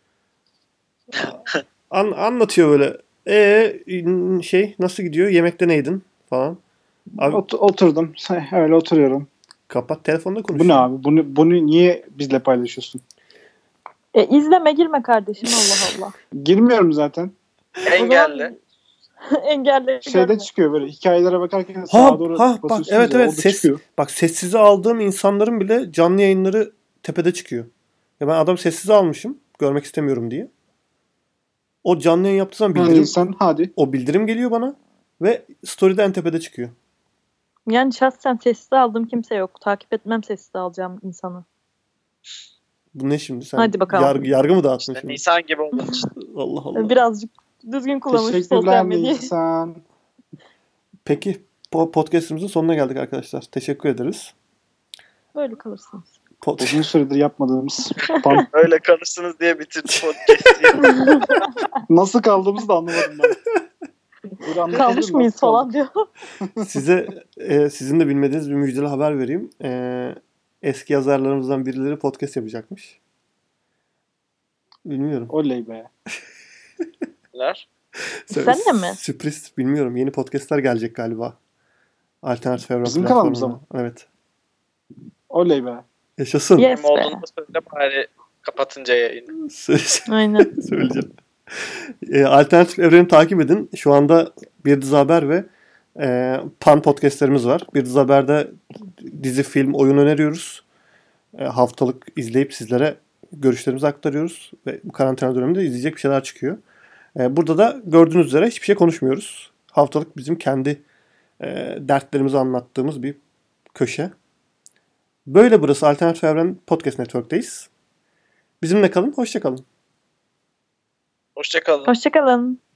Anlatıyor böyle. Nasıl gidiyor? Yemekte neydin? Falan. Abi Oturdum. Öyle oturuyorum. kapat telefonda konuş. Bu ne abi? Bunu niye bizle paylaşıyorsun? İzleme girme kardeşim Allah Allah. Girmiyorum zaten. Engelli. Engelleri Şeyde görme. çıkıyor böyle hikayelere bakarken sağa doğru Bak basıyorsunuz evet ya, evet orada çıkıyor. Bak sessize aldığım insanların bile canlı yayınları tepede çıkıyor. Ya ben adam sessize almışım görmek istemiyorum diye. O canlı yayın yaptığı zaman Yani insan hadi. o bildirim geliyor bana ve story'de en tepede çıkıyor. Yani şahsen sessize aldığım kimse yok. Takip etmem sessize alacağım insanı. Bu ne şimdi? Sen Hadi bakalım. yargı mı dağıttın İşte şimdi? Nisan gibi olduğu için. Allah Allah. Birazcık düzgün kullanmış sosyal Teşekkürler medyayı. Nisan. Peki podcast'imizin sonuna geldik arkadaşlar. Teşekkür ederiz. Böyle kalırsınız. Uzun süredir yapmadığımız Öyle kalırsınız diye bitirdik podcast'i. nasıl kaldığımızı da anlamadım ben. Böyle anlatabilir Kalmış miyim? mıyız Nasıl falan kaldık? diyor. Size sizin de bilmediğiniz bir müjdeli haber vereyim. Eski yazarlarımızdan birileri podcast yapacakmış. Bilmiyorum. Oley be. Sen de mi? Sürpriz. Bilmiyorum. Yeni podcastler gelecek galiba. Alternatif Evren Bizim kanalımıza platformuna. Evet. Oley be. Yaşasın. Yes Kim be. olduğunu da söyle bari kapatınca yayını. Aynen. Söyleyeceğim. Alternatif Evreni takip edin. Şu anda Bir Dizi Haber ve Pan podcastlerimiz var. Bir Dizi Haber'de dizi, film, oyun öneriyoruz. Haftalık izleyip sizlere görüşlerimizi aktarıyoruz. Ve bu karantina döneminde izleyecek bir şeyler çıkıyor. Burada da gördüğünüz üzere hiçbir şey konuşmuyoruz. Haftalık bizim kendi dertlerimizi anlattığımız bir köşe. Böyle burası Alternatif Evren Podcast Network'teyiz. Bizimle kalın, hoşça kalın. Hoşça kalın. Hoşçakalın.